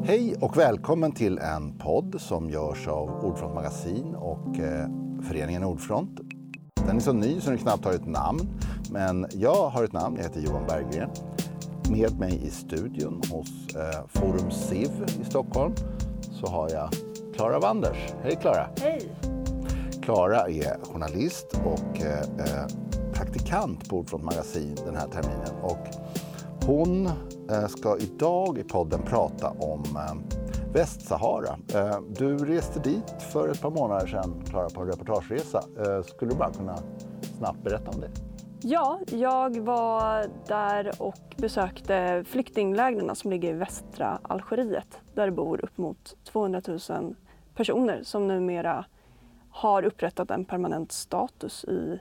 Hej och välkommen till en podd som görs av Ordfront Magasin och föreningen Ordfront. Den är så ny så den knappt har ett namn, men jag har ett namn, jag heter Johan Berggren. Med mig i studion hos Forum Civ i Stockholm så har jag Clara Wanders. Hej Clara! Hej! Clara är journalist och praktikant på Ordfront Magasin den här terminen. Och hon ska idag i podden prata om Västsahara. Du reste dit för ett par månader sedan, Clara, på en reportageresa. Skulle du bara kunna snabbt berätta om det? Ja, jag var där och besökte flyktinglägren som ligger i västra Algeriet. Där det bor upp mot 200 000 personer som numera har upprättat en permanent status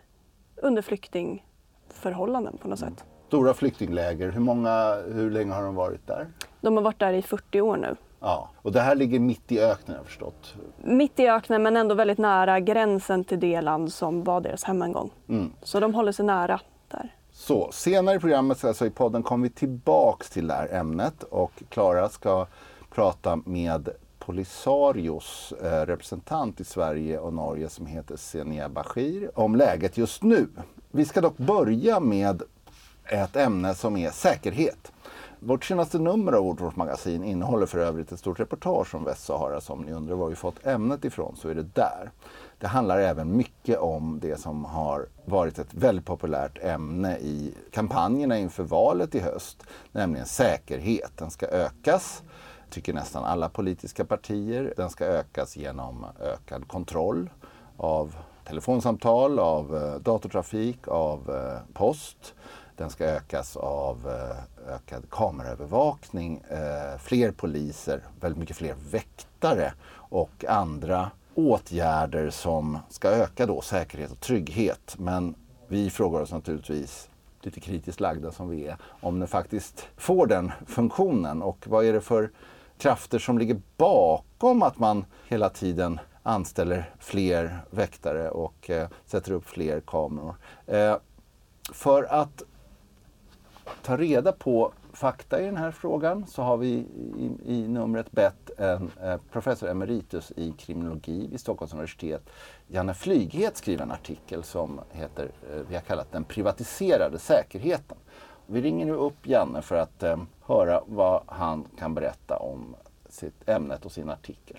under flyktingförhållanden på något sätt. Stora flyktingläger. Hur länge har de varit där? De har varit där i 40 år nu. Ja, och det här ligger mitt i öknen, jag har förstått. Mitt i öknen, men ändå väldigt nära gränsen till det land som var deras hem en gång. Så de håller sig nära där. Så, senare i programmet, alltså i podden, kommer vi tillbaks till det här ämnet. Och Clara ska prata med Polisarios representant i Sverige och Norge som heter Senia Bashir om läget just nu. Vi ska dock börja med ett ämne som är säkerhet. Vårt senaste nummer av Ordfront Magasin innehåller för övrigt ett stort reportage om Västsahara. Som ni undrar var vi fått ämnet ifrån, så är det där. Det handlar även mycket om det som har varit ett väldigt populärt ämne i kampanjerna inför valet i höst, nämligen säkerhet. Den ska ökas, tycker nästan alla politiska partier. Den ska ökas genom ökad kontroll av telefonsamtal, av datortrafik, av post. Den ska ökas av ökad kameraövervakning, fler poliser, väldigt mycket fler väktare och andra åtgärder som ska öka då säkerhet och trygghet. Men vi frågar oss naturligtvis, lite kritiskt lagda som vi är, om den faktiskt får den funktionen. Och vad är det för krafter som ligger bakom att man hela tiden anställer fler väktare och sätter upp fler kameror. För att ta reda på fakta i den här frågan så har vi i numret bett en professor emeritus i kriminologi vid Stockholms universitet, Janne Flyghed, skriva en artikel som heter, vi har kallat den privatiserade säkerheten. Vi ringer nu upp Janne för att höra vad han kan berätta om sitt ämnet och sin artikel.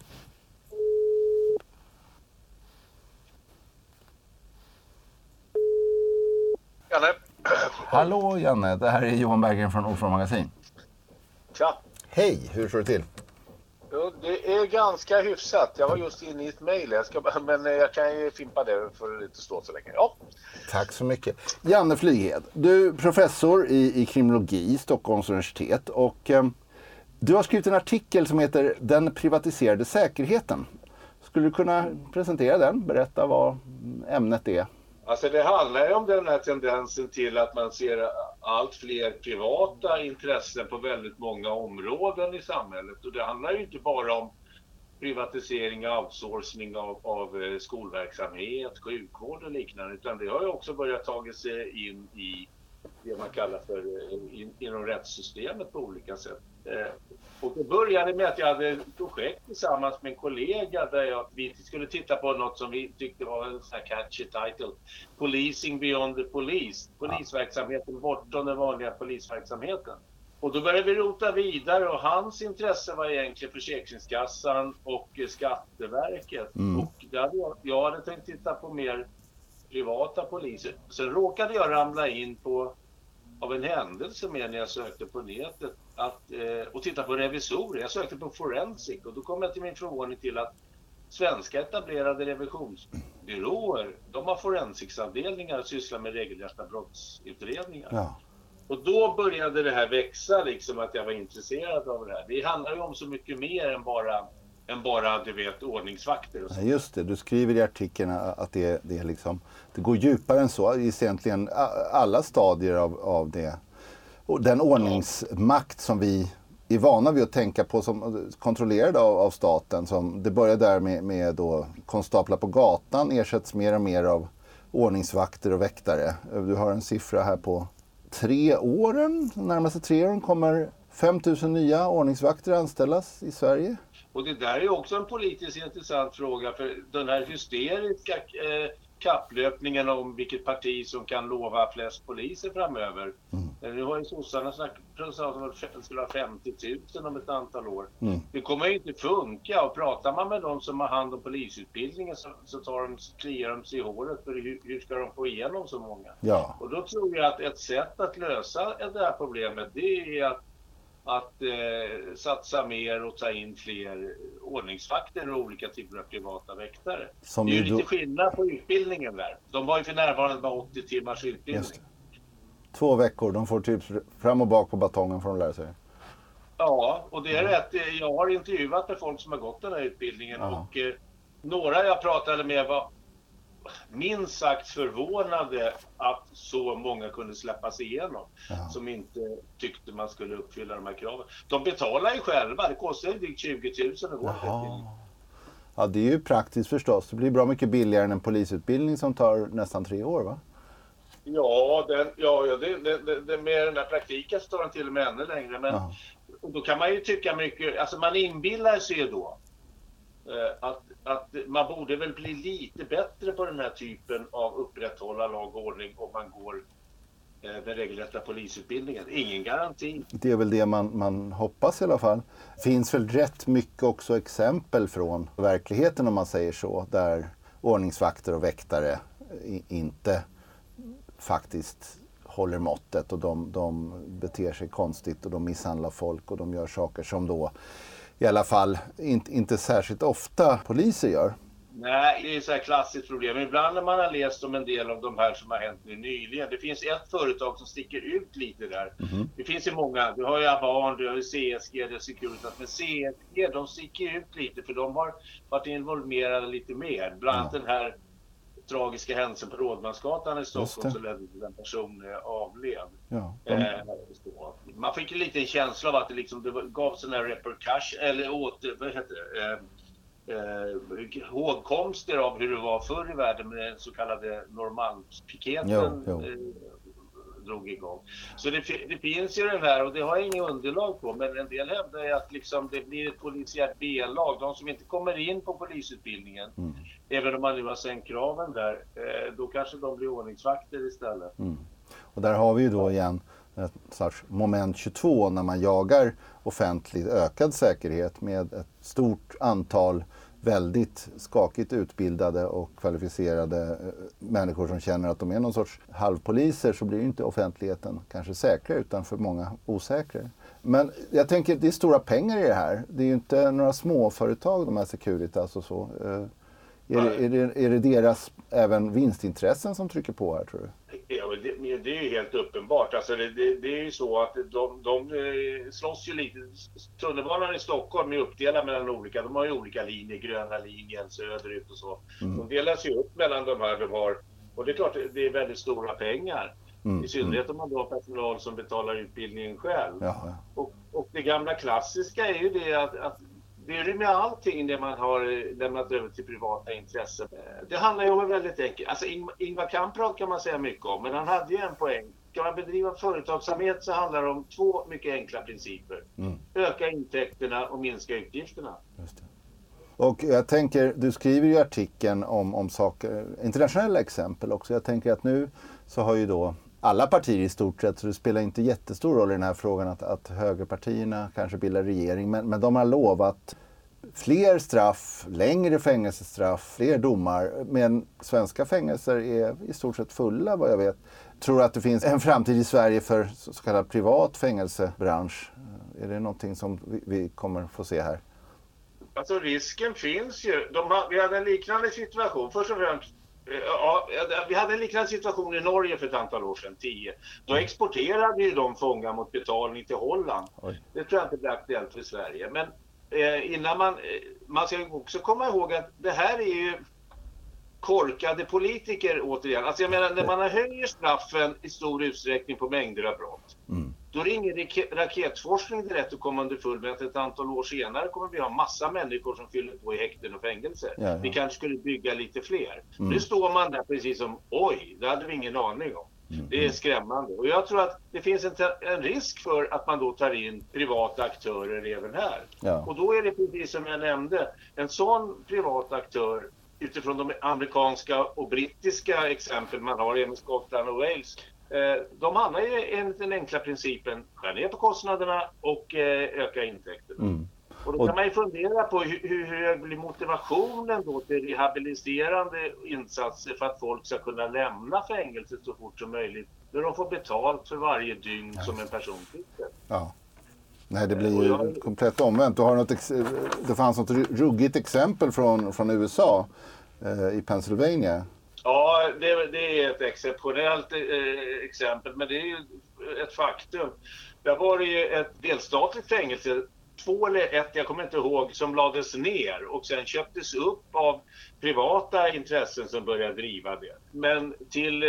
Janne. Hallå Janne, det här är Johan Berggren från Ordfront Magasin. Tja. Hej, hur står det till? Jo, det är ganska hyfsat. Jag var just inne i ett mejl, men jag kan ju fimpa det för att inte stå så länge. Ja. Tack så mycket. Janne Flyghed, du är professor i kriminologi i Stockholms universitet och du har skrivit en artikel som heter Den privatiserade säkerheten. Skulle du kunna presentera den? Berätta vad ämnet är. Alltså det handlar ju om den här tendensen till att man ser allt fler privata intressen på väldigt många områden i samhället. Och det handlar ju inte bara om privatisering och outsourcing av skolverksamhet, sjukvård och liknande. Utan det har ju också börjat ta sig in i det man kallar för inom rättssystemet på olika sätt. Och det började med att jag hade ett projekt tillsammans med en kollega där vi skulle titta på något som vi tyckte var en sån här catchy title. Policing beyond the police. Polisverksamheten bortom den vanliga polisverksamheten. Och då började vi rota vidare och hans intresse var egentligen Försäkringskassan och Skatteverket. Och jag hade tänkt titta på mer privata poliser. Sen råkade jag ramla in på av en händelse med när jag sökte på nätet och titta på revisorer. Jag sökte på forensic och då kom jag till min förvåning till att svenska etablerade revisionsbyråer, de har forensicsavdelningar och sysslar med regelrätta brottsutredningar. Ja. Och då började det här växa liksom, att jag var intresserad av det här. Det handlar ju om så mycket mer än bara du vet, ordningsvakter och så. Ja, just det, du skriver i artikeln att det liksom, det går djupare än så. Det är egentligen alla stadier av det. Och den ordningsmakt som vi är vana vid att tänka på som kontrollerad av staten. Som det börjar där med då konstaplar på gatan ersätts mer och mer av ordningsvakter och väktare. Du har en siffra här på 3 åren. Närmaste 3 åren kommer 5 000 nya ordningsvakter anställas i Sverige. Och det där är också en politiskt intressant fråga, för den här hysteriska kapplöpningen om vilket parti som kan lova flest poliser framöver. Nu har ju sossarna pratat om att det skulle ha 50 000 om ett antal år. Det kommer ju inte funka, och pratar man med de som har hand om polisutbildningen så kliar de sig i håret, för hur ska de få igenom så många? Ja. Och då tror jag att ett sätt att lösa det här problemet, det är att satsa mer och ta in fler ordningsvakter och olika typer av privata väktare. Det är ju lite skillnad på utbildningen där. De har ju för närvarande bara 80 timmars utbildning. Just det. 2 veckor, de får typ fram och bak på batongen för att lära sig. Ja, och det är rätt. Jag har intervjuat med folk som har gått den här utbildningen, och några jag pratade med var minst sagt förvånade att så många kunde släppas igenom som inte tyckte man skulle uppfylla de här kraven. De betalar ju själva, det kostar ju 20 000 att gå. Ja, det är ju praktiskt förstås. Det blir bra mycket billigare än en polisutbildning som tar nästan 3 år, va? Ja, det med den här praktiken så tar den till och med ännu längre. Men och då kan man ju tycka mycket, alltså man inbillar sig ju då att man borde väl bli lite bättre på den här typen av upprätthålla lag och ordning om man går den regelrätta polisutbildningen. Ingen garanti. Det är väl det man hoppas i alla fall. Finns väl rätt mycket också exempel från verkligheten, om man säger så, där ordningsvakter och väktare inte faktiskt håller måttet, och de beter sig konstigt och de misshandlar folk och de gör saker som då i alla fall inte särskilt ofta poliser gör. Nej, det är så här klassiskt problem. Ibland när man har läst om en del av de här som har hänt nu nyligen. Det finns ett företag som sticker ut lite där. Det finns ju många. Du har ju Avan, du har ju CSG, det är Securitas. Men CSG, de sticker ut lite för de har varit involverade lite mer. Bland annat den här tragiska händelsen på Rådmansgatan i Stockholm så ledde till en person avled. Man fick ju lite en känsla av att det gav sån här repercussion, eller hågkomster av hur det var förr i världen med den så kallade Norrmalmspiketen drog igång. Så det finns ju den här, och det har jag inget underlag på, men en del hävdar ju att det blir ett polisiärt B-lag, de som inte kommer in på polisutbildningen, även om man nu har sänkt kraven där, då kanske de blir ordningsvakter istället. Och där har vi ju då igen ett slags moment 22 när man jagar offentligt ökad säkerhet med ett stort antal väldigt skakigt utbildade och kvalificerade människor som känner att de är någon sorts halvpoliser, så blir ju inte offentligheten kanske säkrare utan för många osäkrare. Men jag tänker att det är stora pengar i det här. Det är ju inte några småföretag, de här Securitas och så. Är det deras även vinstintressen som trycker på här, tror du? Ja, det är ju helt uppenbart. Alltså det är ju så att de slåss ju lite. Tunnelbanan i Stockholm är uppdelad mellan olika. De har ju olika linjer, gröna linjen, söderut och så. De delas ju upp mellan de här de har. Och det är klart, det är väldigt stora pengar. I synnerhet om man då har personal som betalar utbildningen själv. Och det gamla klassiska är ju det att det är med allting det man har lämnat över till privata intressen. Det handlar ju om väldigt enkelt. Alltså Ingvar Kamprad kan man säga mycket om, men han hade ju en poäng. Ska man bedriva företagsamhet så handlar det om 2 mycket enkla principer. Öka intäkterna och minska utgifterna. Just det. Och jag tänker, du skriver ju artikeln om saker, internationella exempel också. Jag tänker att nu så har ju då alla partier i stort sett, så det spelar inte jättestor roll i den här frågan att högerpartierna kanske bildar regering, men de har lovat fler straff, längre fängelsestraff, fler domar, men svenska fängelser är i stort sett fulla vad jag vet. Tror du att det finns en framtid i Sverige för så kallad privat fängelsebransch? Är det någonting som vi kommer få se här? Alltså risken finns ju. Vi hade en liknande situation. Först och främst, vi hade en liknande situation i Norge för ett antal år sedan, 10. Då exporterade ju de fångar mot betalning till Holland. Det tror jag inte blir aktuellt för Sverige. Men innan man ska också komma ihåg att det här är ju korkade politiker återigen. Alltså jag menar, när man höjer straffen i stor utsträckning på mängder av brott, då är det ingen raketforskning direkt att komma underfull med att ett antal år senare kommer vi ha massa människor som fyller på i häkten och fängelser. Vi kanske skulle bygga lite fler. Nu står man där precis som, oj, det hade vi ingen aning om. Det är skrämmande. Och jag tror att det finns en risk för att man då tar in privata aktörer även här. Ja. Och då är det precis som jag nämnde, en sån privat aktör utifrån de amerikanska och brittiska exempel man har i Skottland och Wales. De hamnar ju enligt den enkla principen skär ner på kostnaderna och öka intäkterna. Och då kan man ju fundera på hur hög blir motivationen då till rehabiliterande insatser för att folk ska kunna lämna fängelset så fort som möjligt. När de får betalt för varje dygn som en person sitter. Ja. Nej, det blir ju komplett omvänt. Du har det fanns något ruggigt exempel från USA i Pennsylvania. Ja, det är ett exceptionellt exempel, men det är ju ett faktum. Där var det ju ett delstatligt fängelse, 2 eller 1, jag kommer inte ihåg, som lades ner och sen köptes upp av privata intressen som började driva det. Men till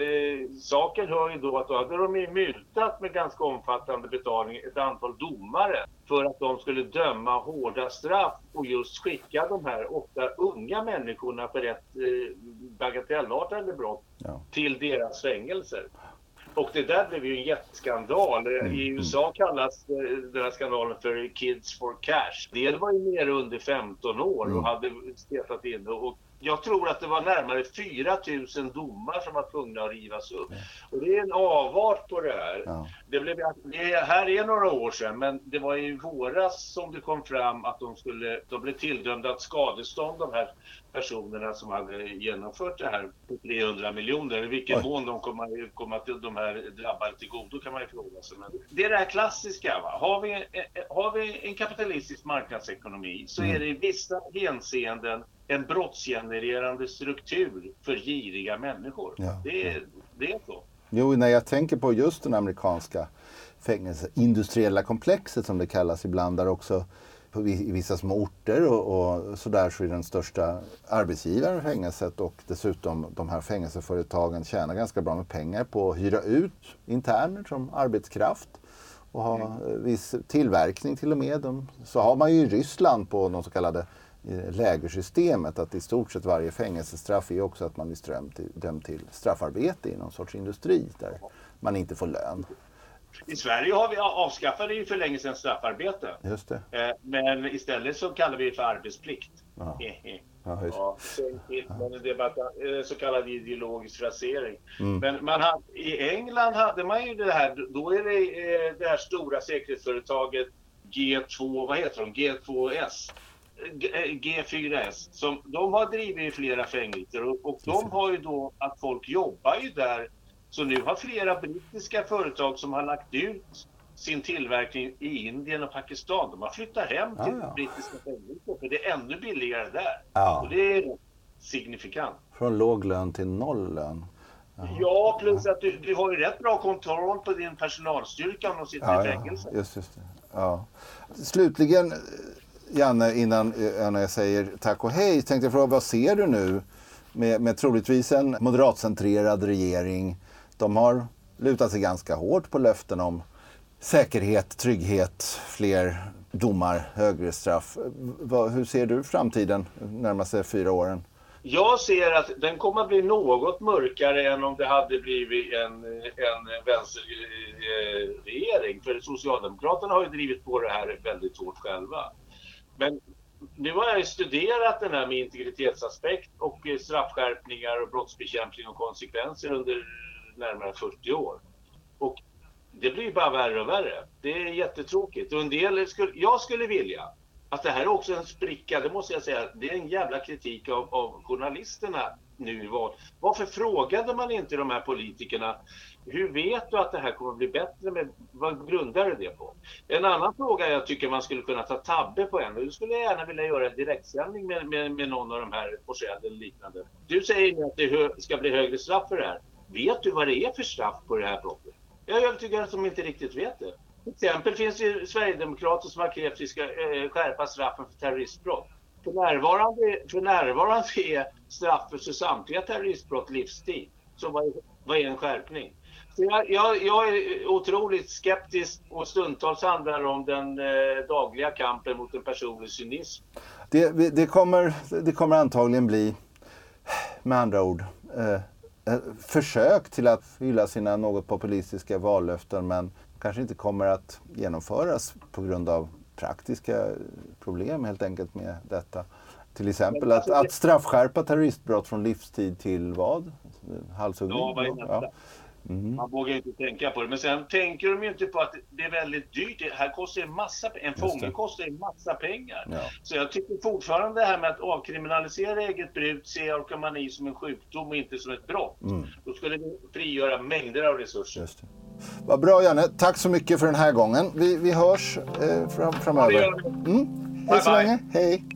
saken hör ju då att då hade de ju multat med ganska omfattande betalning ett antal domare för att de skulle döma hårda straff och just skicka de här ofta unga människorna för ett bagatellartade brott till deras fängelser. Och det där blev ju en jätteskandal. I USA kallas den här skandalen för Kids for Cash. Det var ju mer under 15 år och hade stetat in. Och jag tror att det var närmare 4 000 domar som var tvungna att rivas upp. Och det är en avart på det här. Ja. Det här är några år sedan, men det var i våras som det kom fram att de blev tilldömda att skadestånd, de här personerna som hade genomfört det här på 300 miljoner. I vilken mån de kommer till de här drabbade till godo kan man ju fråga sig. Men det är det här klassiska. Va? Har vi en kapitalistisk marknadsekonomi så är det i vissa hänseenden en brottsgenererande struktur för giriga människor. Ja. Det är så. Jo, när jag tänker på just den amerikanska industriella komplexet som det kallas ibland, där också i vissa små orter och sådär så är den största arbetsgivaren fängelset, och dessutom de här fängelseföretagen tjänar ganska bra med pengar på att hyra ut interner som arbetskraft och ha viss tillverkning till och med. Så har man ju i Ryssland på de så kallade lägersystemet att i stort sett varje fängelsestraff är också att man blir dömd till straffarbete i någon sorts industri där man inte får lön. I Sverige har vi avskaffat det ju för länge sedan straffarbete. Just det. Men istället så kallar vi det för arbetsplikt. Ja. Det är bara så kallad ideologisk frasering. Men i England hade man ju det här, då är det här stora säkerhetsföretaget G2, vad heter de? G2S. G4S som de har drivit i flera fängelser och de har ju då att folk jobbar ju där, så nu har flera brittiska företag som har lagt ut sin tillverkning i Indien och Pakistan, de har flyttat hem till brittiska fängelser för det är ännu billigare där och det är signifikant. Från låg lön till noll lön. Ja, plus att du har ju rätt bra kontroll på din personalstyrka om de sitter i fängelse. Just det. Ja. Slutligen Janne, innan jag säger tack och hej, tänkte jag fråga, vad ser du nu med troligtvis en moderatcentrerad regering? De har lutat sig ganska hårt på löften om säkerhet, trygghet, fler domar, högre straff. Hur ser du framtiden närmaste 4 åren? Jag ser att den kommer att bli något mörkare än om det hade blivit en vänsterregering. För Socialdemokraterna har ju drivit på det här väldigt hårt själva. Men nu har jag studerat den här med integritetsaspekt och straffskärpningar och brottsbekämpning och konsekvenser under närmare 40 år. Och det blir bara värre och värre. Det är jättetråkigt. Och jag skulle vilja att det här är också en spricka, det måste jag säga, det är en jävla kritik av journalisterna nu. Varför frågade man inte de här politikerna, hur vet du att det här kommer att bli bättre, med vad grundar du det på? En annan fråga jag tycker man skulle kunna ta tabbe på och det skulle jag gärna vilja göra en direktsändning med någon av de här Forsell eller liknande. Du säger nu att det ska bli högre straff för det här. Vet du vad det är för straff på det här brottet? Jag är övertygad att de inte riktigt vet det. Till exempel finns det Sverigedemokrater som har krävt att vi ska skärpa straffen för terroristbrott. För närvarande är straffet för samtliga terroristbrott livstid. Så vad är en skärpning? Så jag är otroligt skeptisk och stundtals handlar om den dagliga kampen mot en personlig cynism. Det kommer antagligen bli, med andra ord, försök till att fylla sina något populistiska vallöften, men kanske inte kommer att genomföras på grund av praktiska problem helt enkelt med detta. Till exempel att straffskärpa terroristbrott från livstid till vad? Halshuggning? Ja. Man vågar inte tänka på det. Men sen tänker de ju inte på att det är väldigt dyrt. Det här kostar en fånge kostar en massa pengar. Ja. Så jag tycker fortfarande det här med att avkriminalisera eget bruk, se narkomani som en sjukdom och inte som ett brott. Då skulle det frigöra mängder av resurser. Just det. Vad bra, Janne. Tack så mycket för den här gången. Vi hörs framöver. Ja, hej så länge. Hej.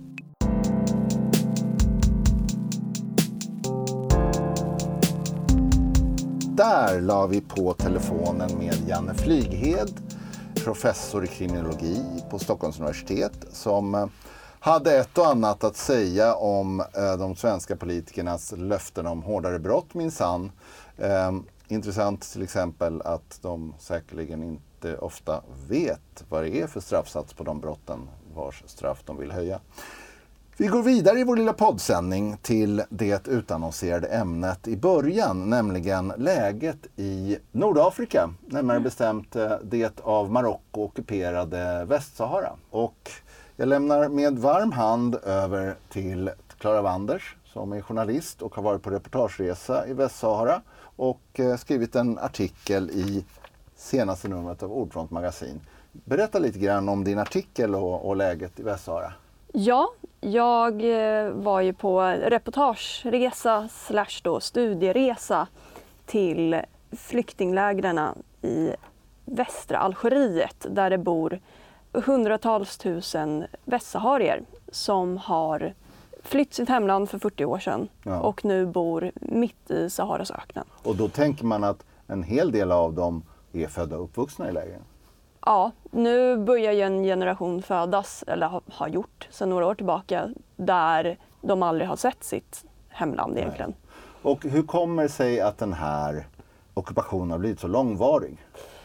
Där la vi på telefonen med Janne Flyghed, professor i kriminologi på Stockholms universitet, som hade ett och annat att säga om de svenska politikernas löften om hårdare brott minsann. Intressant till exempel att de säkerligen inte ofta vet vad det är för straffsats på de brotten vars straff de vill höja. Vi går vidare i vår lilla poddsändning till det utannonserade ämnet i början, nämligen läget i Nordafrika, närmare bestämt det av Marocko ockuperade Västsahara. Och jag lämnar med varm hand över till Clara Wanders som är journalist och har varit på reportageresa i Västsahara och skrivit en artikel i senaste numret av Ordfront magasin. Berätta lite grann om din artikel och läget i Västsahara. Ja, jag var ju på reportageresa / studieresa till flyktinglägren i västra Algeriet där det bor hundratals tusen västsaharier som har flytt sitt hemland för 40 år sedan och nu bor mitt i Saharasöknen. Och då tänker man att en hel del av dem är födda och uppvuxna i lägren? Ja, nu börjar ju en generation födas, eller har gjort sedan några år tillbaka, där de aldrig har sett sitt hemland egentligen. Nej. Och hur kommer det sig att den här ockupationen har blivit så långvarig?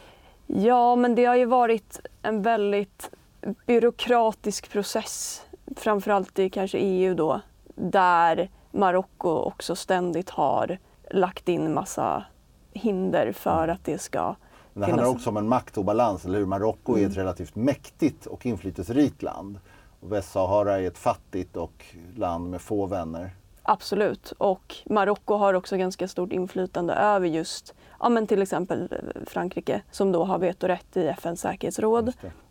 Ja, men det har ju varit en väldigt byråkratisk process, framförallt i kanske EU då, där Marocko också ständigt har lagt in massa hinder för att det ska det handlar också om en maktobalans, eller hur? Marocko är ett relativt mäktigt och inflytelserikt land. Och Västsahara är ett fattigt och land med få vänner. Absolut, och Marocko har också ganska stort inflytande över just, men till exempel Frankrike som då har vetorätt i FN:s säkerhetsråd.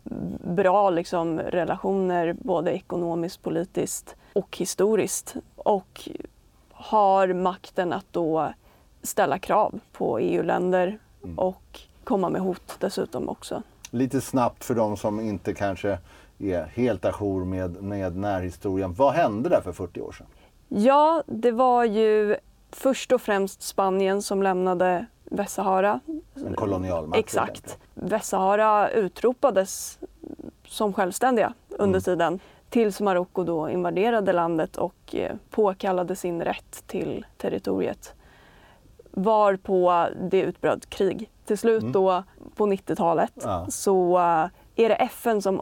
Bra relationer både ekonomiskt, politiskt och historiskt. Och har makten att då ställa krav på EU-länder och komma med hot dessutom också. Lite snabbt för de som inte kanske är helt ajour med närhistorien. Vad hände där för 40 år sedan? Ja, det var ju först och främst Spanien som lämnade Västsahara. En kolonialmakt. Exakt. Västsahara utropades som självständiga under tiden tills Marocko då invaderade landet och påkallade sin rätt till territoriet. Varpå det utbröt krig. Till slut då på 90-talet så är det FN som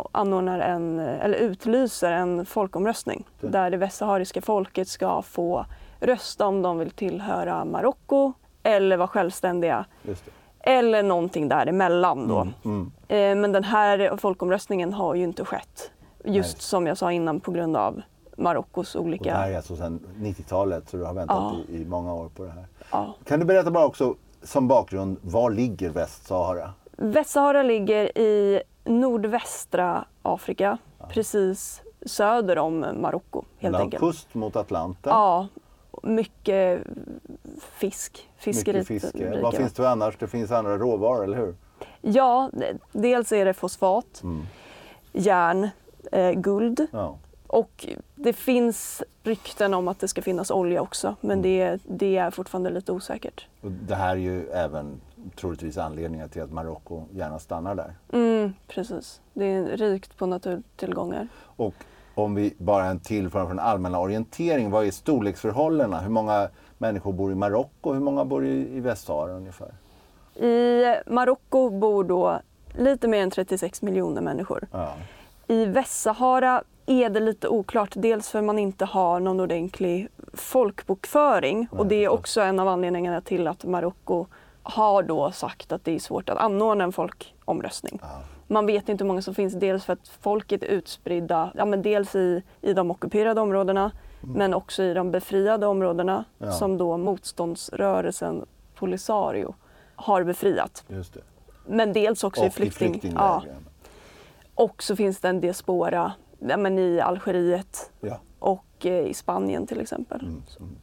utlyser en folkomröstning där det västsahariska folket ska få rösta om de vill tillhöra Marocko eller vara självständiga. Just det. Eller någonting däremellan då. Men den här folkomröstningen har ju inte skett. Just som jag sa innan på grund av Marockos olika... Och det här är alltså sedan 90-talet så du har väntat i många år på det här. Ja. Kan du berätta bara också som bakgrund, var ligger Västsahara? Västsahara ligger i nordvästra Afrika, precis söder om Marocko helt enkelt. Kust mot Atlanten? Ja, mycket fisk. Mycket fiske. Vad finns det annars? Det finns andra råvaror, eller hur? Ja, dels är det fosfat, järn, guld. Ja. Och det finns rykten om att det ska finnas olja också, men det är fortfarande lite osäkert. Och det här är ju även troligtvis anledningen till att Marocko gärna stannar där. Precis, det är rikt på naturtillgångar. Och om vi bara en till från allmänna orientering, vad är storleksförhållandena? Hur många människor bor i Marocko och hur många bor i Västsahara ungefär? I Marocko bor då lite mer än 36 miljoner människor. Ja. I Västsahara är det lite oklart, dels för man inte har någon ordentlig folkbokföring och det är också en av anledningarna till att Marocko har då sagt att det är svårt att anordna en folkomröstning. Man vet inte hur många som finns, dels för att folket är utspridda, dels i de ockuperade områdena, men också i de befriade områdena som då motståndsrörelsen Polisario har befriat. Just det. Men dels också i flyktinglägren. Och så finns det en diaspora i Algeriet och i Spanien till exempel.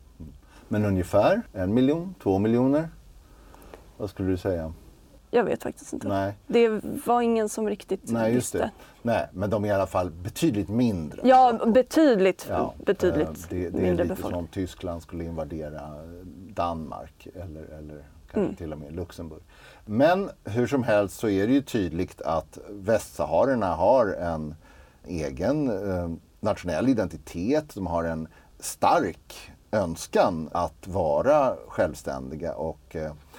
Men ungefär 1 miljon, 2 miljoner? Vad skulle du säga? Jag vet faktiskt inte. Nej. Det var ingen som riktigt just visste. Det. Nej, men de är i alla fall betydligt mindre. Ja, betydligt det är mindre lite som om Tyskland skulle invadera Danmark eller kanske till och med Luxemburg. Men hur som helst så är det ju tydligt att västsaharerna har en egen nationell identitet. De har en stark önskan att vara självständiga och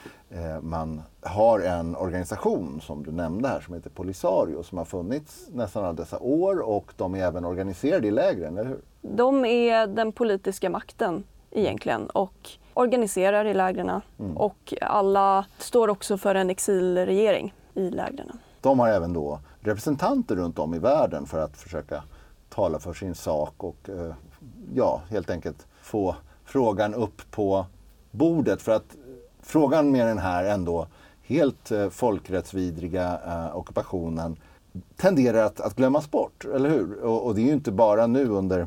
man har en organisation som du nämnde här som heter Polisario som har funnits nästan alla dessa år och de är även organiserade i lägren, eller hur? De är den politiska makten egentligen och organiserar i lägren och alla står också för en exilregering i lägren. De har även då representanter runt om i världen för att försöka tala för sin sak och helt enkelt få frågan upp på bordet för att frågan med den här ändå helt folkrättsvidriga ockupationen tenderar att glömmas bort, eller hur? Och det är ju inte bara nu under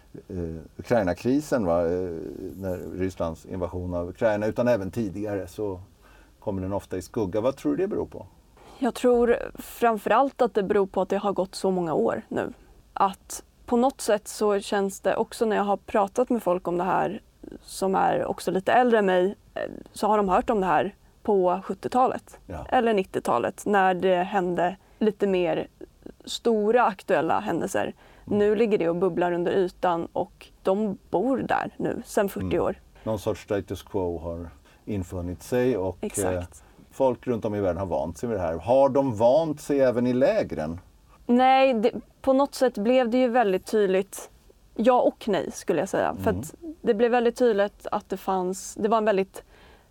Ukraina-krisen, när Rysslands invasion av Ukraina, utan även tidigare så kommer den ofta i skugga. Vad tror du det beror på? Jag tror framförallt att det beror på att det har gått så många år nu. Att på något sätt så känns det också när jag har pratat med folk om det här som är också lite äldre än mig, så har de hört om det här på 70-talet eller 90-talet när det hände lite mer stora aktuella händelser. Nu ligger det och bubblar under ytan och de bor där nu sedan 40 år. Någon sorts status quo har infunnit sig och folk runt om i världen har vant sig vid det här. Har de vant sig även i lägren? Nej, på något sätt blev det ju väldigt tydligt, ja och nej skulle jag säga. För att det blev väldigt tydligt att det var en väldigt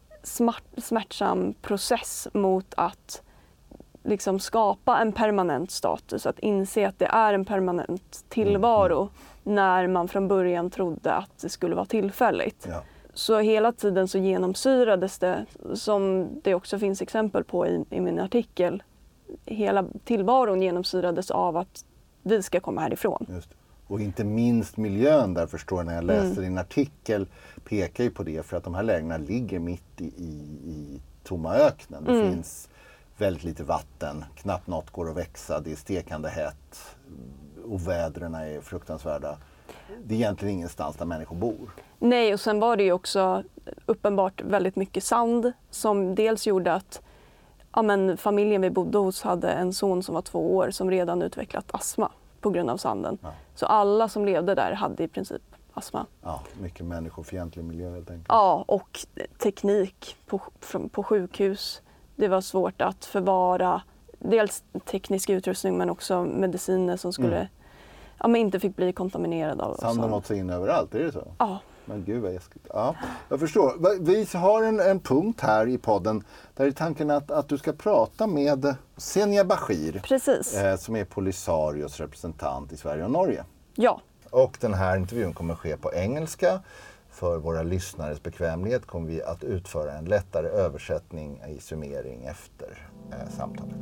smärtsam process mot att liksom skapa en permanent status, att inse att det är en permanent tillvaro när man från början trodde att det skulle vara tillfälligt. Ja. Så hela tiden så genomsyrades det, som det också finns exempel på i min artikel, hela tillvaron genomsyrades av att vi ska komma härifrån. Just det. Och inte minst miljön där, förstår jag, när jag läste din artikel pekar ju på det, för att de här lägren ligger mitt i tomma öknen. Det finns väldigt lite vatten, knappt något går att växa, det är stekande hett och vädren är fruktansvärda. Det är egentligen ingenstans där människor bor. Nej, och sen var det ju också uppenbart väldigt mycket sand som dels gjorde att familjen vi bodde hos hade en son som var 2 år som redan utvecklat astma på grund av sanden. Ja. Så alla som levde där hade i princip astma. Ja, mycket människofientlig miljö helt enkelt. Ja, och teknik på sjukhus. Det var svårt att förvara dels teknisk utrustning men också mediciner som skulle inte fick bli kontaminerade av sanden åt sig in överallt, är det så? Ja. Men gud vad läskigt. Ja, jag förstår. Vi har en punkt här i podden där är tanken att du ska prata med Senia Bashir. Precis. Som är Polisarios representant i Sverige och Norge. Ja. Och den här intervjun kommer ske på engelska. För våra lyssnares bekvämlighet kommer vi att utföra en lättare översättning i summering efter samtalet.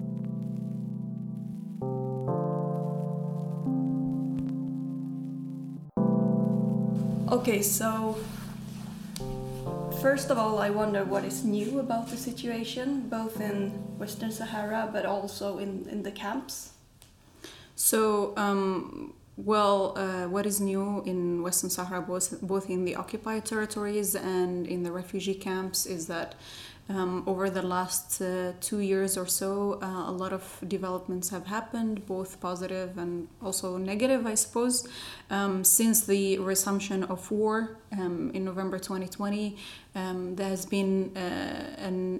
Okay, so first of all, I wonder what is new about the situation, both in Western Sahara but also in the camps. So, what is new in Western Sahara, both in the occupied territories and in the refugee camps, is that over the last 2 years or so, a lot of developments have happened, both positive and also negative, I suppose. Since the resumption of war in November 2020, there has been an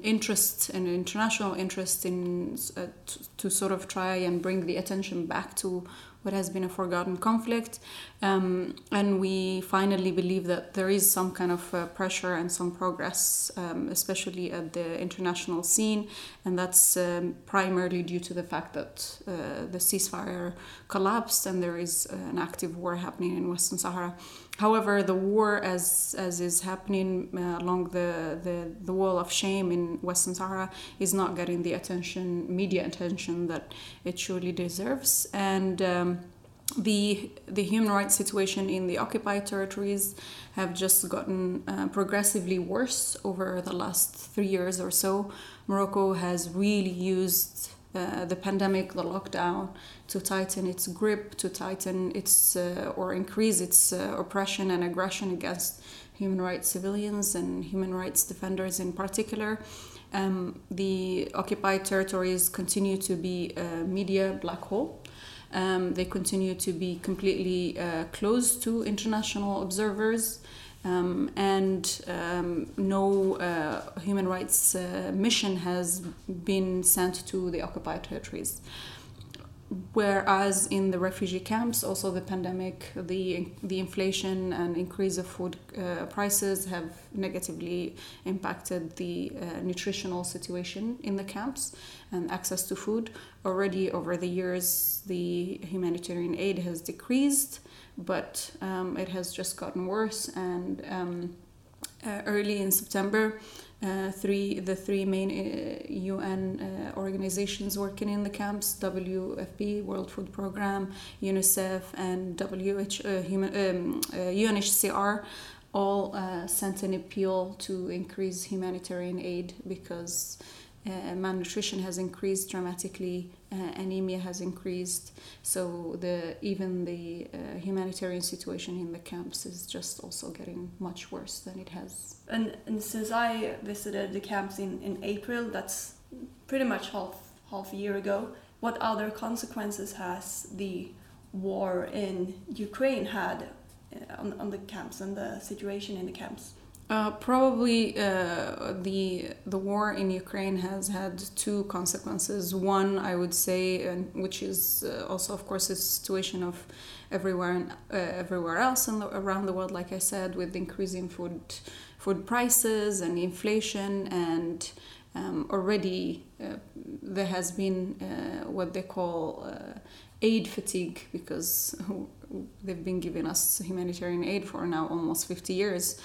international interest in to sort of try and bring the attention back to what has been a forgotten conflict. And we finally believe that there is some kind of pressure and some progress, especially at the international scene. And that's primarily due to the fact that the ceasefire collapsed and there is an active war happening in Western Sahara. However, the war, as is happening along the wall of shame in Western Sahara, is not getting the media attention that it surely deserves. And the human rights situation in the occupied territories have just gotten progressively worse over the last 3 years or so. Morocco has really used the pandemic, the lockdown, to tighten its grip, to tighten its or increase its oppression and aggression against human rights civilians and human rights defenders in particular. The occupied territories continue to be a media black hole. They continue to be completely closed to international observers. No human rights mission has been sent to the occupied territories. Whereas in the refugee camps, also the pandemic, the inflation and increase of food prices have negatively impacted the nutritional situation in the camps and access to food. Already over the years, the humanitarian aid has decreased, but it has just gotten worse. And early in September, the three main UN organizations working in the camps, WFP, World Food Programme, UNICEF, and UNHCR, all sent an appeal to increase humanitarian aid because malnutrition has increased dramatically, anemia has increased, so even the humanitarian situation in the camps is just also getting much worse than it has. And since I visited the camps in April, that's pretty much half a year ago, what other consequences has the war in Ukraine had on the camps and the situation in the camps? Probably the war in Ukraine has had two consequences. One, I would say, which is also, of course, a situation of everywhere else around the world, like I said, with increasing food prices and inflation, and already there has been what they call aid fatigue, because they've been giving us humanitarian aid for now almost 50 years.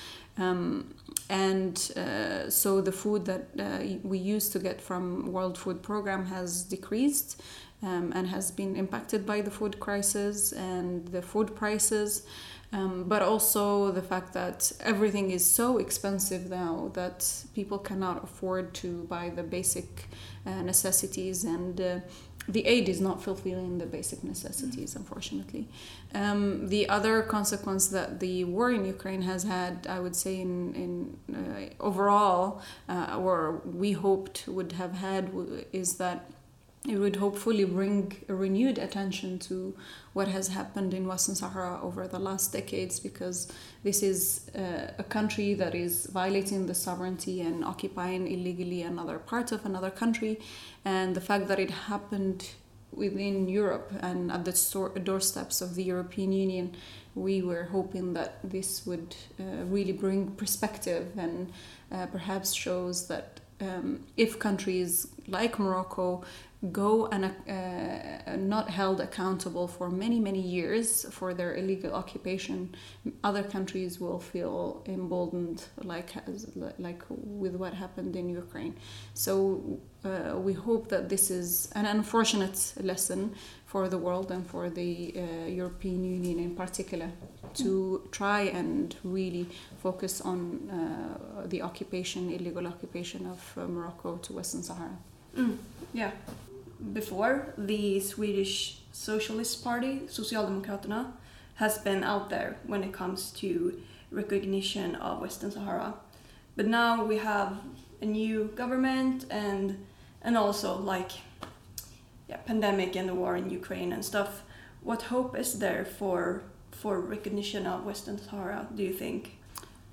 So the food that we used to get from World Food Programme has decreased and has been impacted by the food crisis and the food prices, but also the fact that everything is so expensive now that people cannot afford to buy the basic necessities, and the aid is not fulfilling the basic necessities, unfortunately. The other consequence that the war in Ukraine has had, I would say, in overall, or we hoped would have had, is that it would hopefully bring a renewed attention to what has happened in Western Sahara over the last decades, because this is a country that is violating the sovereignty and occupying illegally another part of another country. And the fact that it happened within Europe and at the doorsteps of the European Union, we were hoping that this would really bring perspective and perhaps shows that if countries like Morocco go and not held accountable for many years for their illegal occupation, other countries will feel emboldened, like with what happened in Ukraine. So we hope that this is an unfortunate lesson for the world and for the European Union in particular, to try and really focus on the illegal occupation of Morocco to Western Sahara. Yeah. Before, the Swedish Socialist Party, Socialdemokraterna, has been out there when it comes to recognition of Western Sahara. But now we have a new government and also pandemic and the war in Ukraine and stuff. What hope is there for recognition of Western Sahara, do you think?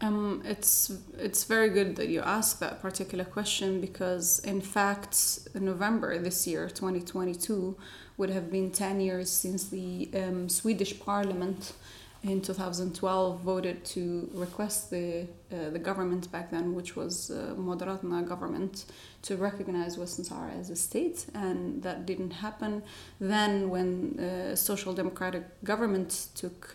It's very good that you asked that particular question, because in fact November this year, 2022, would have been 10 years since the Swedish Parliament in 2012 voted to request the government back then, which was Moderaterna government, to recognize Western Sahara as a state, and that didn't happen. Then when Social Democratic government took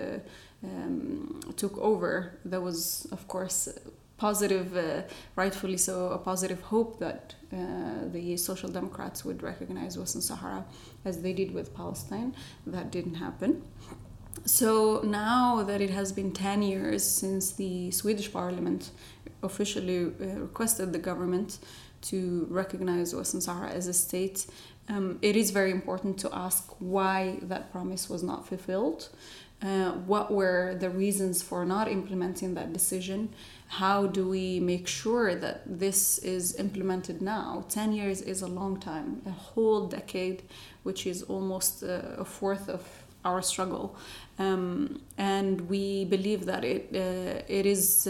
over, there was of course positive, rightfully so, a positive hope that the Social Democrats would recognize Western Sahara as they did with Palestine. That didn't happen. So now that it has been 10 years since the Swedish Parliament officially requested the government to recognize Western Sahara as a state, it is very important to ask why that promise was not fulfilled. What were the reasons for not implementing that decision? How do we make sure that this is implemented now? 10 years is a long time, a whole decade, which is almost a fourth of our struggle, and we believe that it's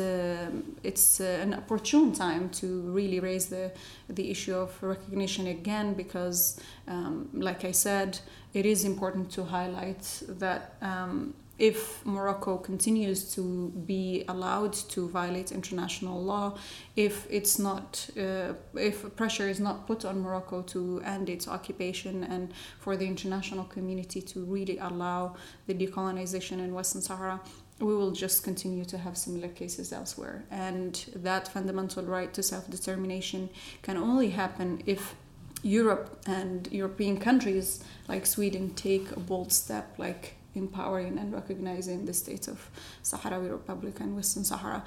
an opportune time to really raise the issue of recognition again, because like I said, it is important to highlight that if Morocco continues to be allowed to violate international law, if pressure is not put on Morocco to end its occupation and for the international community to really allow the decolonization in Western Sahara, we will just continue to have similar cases elsewhere. And that fundamental right to self-determination can only happen if Europe and European countries like Sweden take a bold step, like empowering and recognizing the state of Sahrawi Republic and Western Sahara.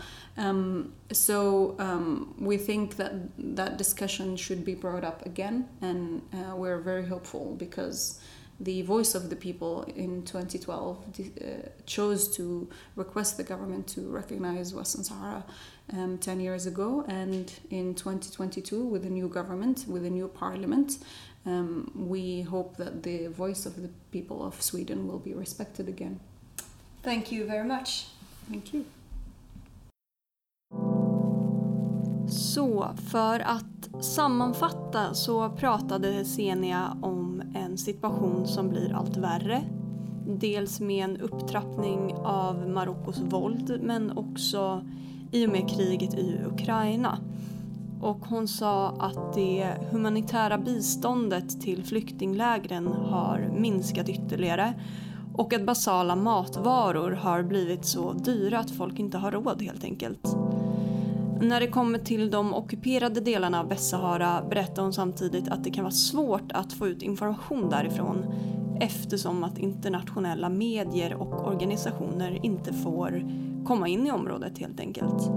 So we think that discussion should be brought up again, and we're very hopeful because the voice of the people in 2012 chose to request the government to recognize Western Sahara 10 years ago, and in 2022 with a new government, with a new parliament, we hope that the voice of the people of Sweden will be respected again. Thank you very much. Thank you. Så för att sammanfatta så pratade Senia om en situation som blir allt värre. Dels med en upptrappning av Marockos våld, men också i och med kriget i Ukraina. Och hon sa att det humanitära biståndet till flyktinglägren har minskat ytterligare och att basala matvaror har blivit så dyra att folk inte har råd helt enkelt. När det kommer till de ockuperade delarna av Västsahara berättar hon samtidigt att det kan vara svårt att få ut information därifrån eftersom att internationella medier och organisationer inte får komma in i området helt enkelt.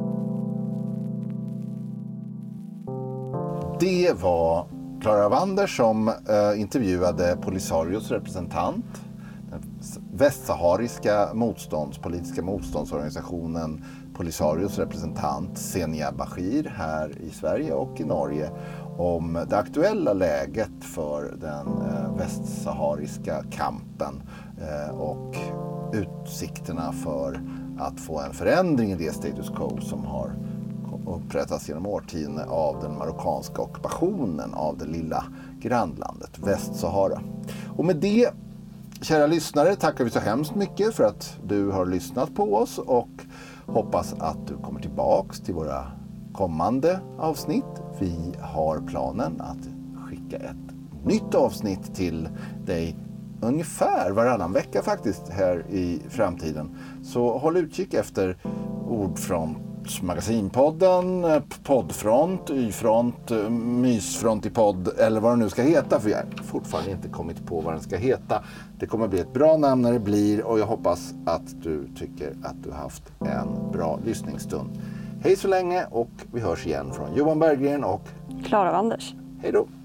Det var Clara Wander som intervjuade Polisarios representant, den västsahariska politiska motståndsorganisationen Polisarios representant Senia Bachir här i Sverige och i Norge om det aktuella läget för den västsahariska kampen och utsikterna för att få en förändring i det status quo som har upprättats genom årtionden av den marockanska ockupationen av det lilla grannlandet Västsahara. Och med det, kära lyssnare, tackar vi så hemskt mycket för att du har lyssnat på oss och hoppas att du kommer tillbaks till våra kommande avsnitt. Vi har planen att skicka ett nytt avsnitt till dig ungefär varannan vecka faktiskt här i framtiden. Så håll utkik efter Ordfront, Magasinpodden, Poddfront, Y-front, Mysfront i podd eller vad det nu ska heta, för jag har fortfarande inte kommit på vad den ska heta. Det kommer bli ett bra namn när det blir och jag hoppas att du tycker att du har haft en bra lyssningsstund. Hej så länge och vi hörs igen från Johan Berggren och Clara Wanders. Hej då!